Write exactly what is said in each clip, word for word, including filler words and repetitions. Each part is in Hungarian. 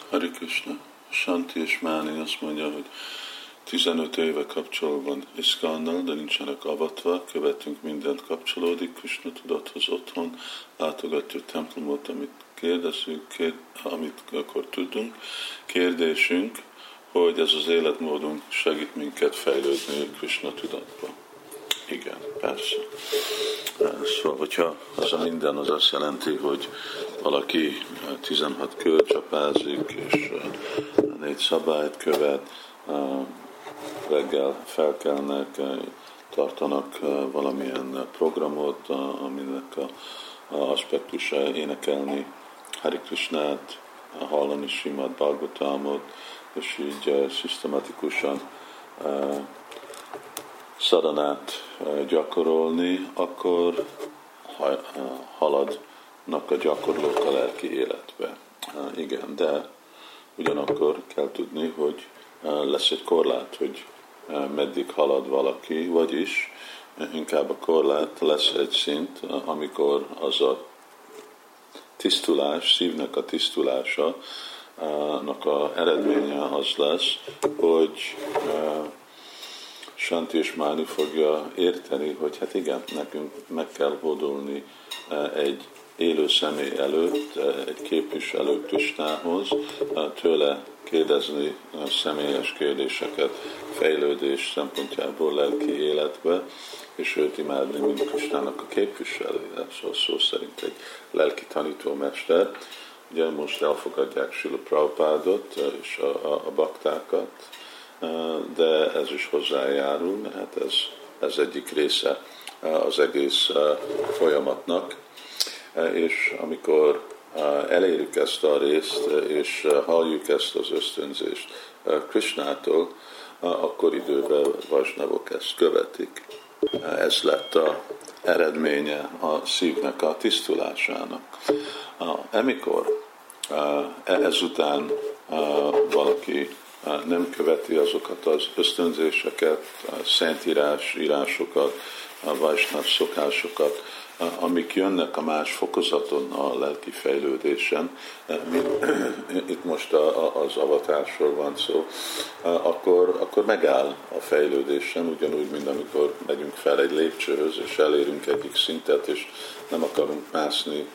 Hare Krishna. Shanti és Máni azt mondja, hogy tizenöt éve kapcsolatban Iszkannal, de nincsenek avatva, követünk mindent, kapcsolódik Krishna tudathoz otthon, látogatjuk templomot, amit kérdezünk, kér, amit akkor tudunk. Kérdésünk, hogy ez az életmódunk segít minket fejlődni Krishna tudatba. Igen, persze. Szóval, hogyha az a minden, az azt jelenti, hogy valaki tizenhat kör csapázik, és négy szabályt követ, reggel felkelnek, tartanak valamilyen programot, aminek a aspektusa énekelni Hare Krishnát, hallani Srimad Bhagavatamot, és így szisztematikusan szadanát gyakorolni, akkor haladnak a gyakorlók a lelki életbe. Igen, de ugyanakkor kell tudni, hogy lesz egy korlát, hogy meddig halad valaki, vagyis inkább a korlát lesz egy szint, amikor az a tisztulás, szívnek a tisztulása, annak a eredménye az lesz, hogy Shanti és Máni fogja érteni, hogy hát igen, nekünk meg kell hódolni egy élő személy előtt, egy képviselő Krisnához, tőle kérdezni személyes kérdéseket, fejlődés szempontjából lelki életbe, és őt imádni, mint Krisnának a képviselője, szóval szó szerint egy lelki tanítómester. Ugye most elfogadják Srila Prabhupádot és a, a, a baktákat, de ez is hozzájárul, mert hát ez, ez egyik része az egész folyamatnak, és amikor elérjük ezt a részt, és halljuk ezt az ösztönzést Krishnától, akkor időben vajsnavok ezt követik. Ez lett az eredménye a szívnek a tisztulásának. Amikor ezután valaki nem követi azokat az ösztönzéseket, szentírás, írásokat, vajsnav szokásokat, amik jönnek a más fokozaton a lelki fejlődésen, itt most az avatásról van szó, akkor, akkor megáll a fejlődésen, ugyanúgy, mint amikor megyünk fel egy lépcsőhöz, és elérünk egyik szintet, és nem akarunk mászni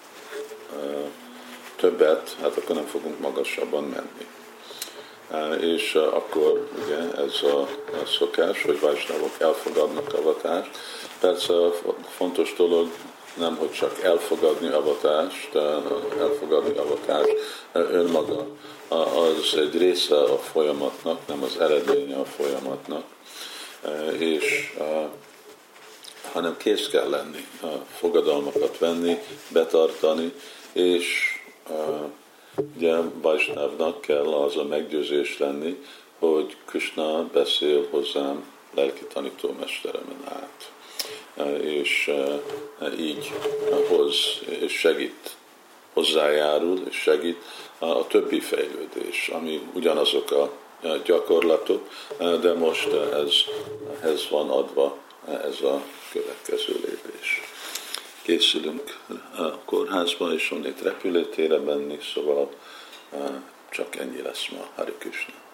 többet, hát akkor nem fogunk magasabban menni. És akkor ugye ez a szokás, hogy vajsnavok elfogadnak avatást. Persze a fontos dolog nem, hogy csak elfogadni avatást, elfogadni avatást önmaga, az egy része a folyamatnak, nem az eredménye a folyamatnak, és hanem kész kell lenni, fogadalmakat venni, betartani, és ugye Vajsnávnak kell az a meggyőzés lenni, hogy Krishna beszél hozzám lelki tanítómesteremen át. És így hoz és segít, hozzájárul és segít a többi fejlődés, ami ugyanazok a gyakorlatok, de most ez, ez van adva, ez a következő lépés. Készülünk a kórházba, és onnét repülőtérre menni, szóval csak ennyi lesz ma. Hare Krishna.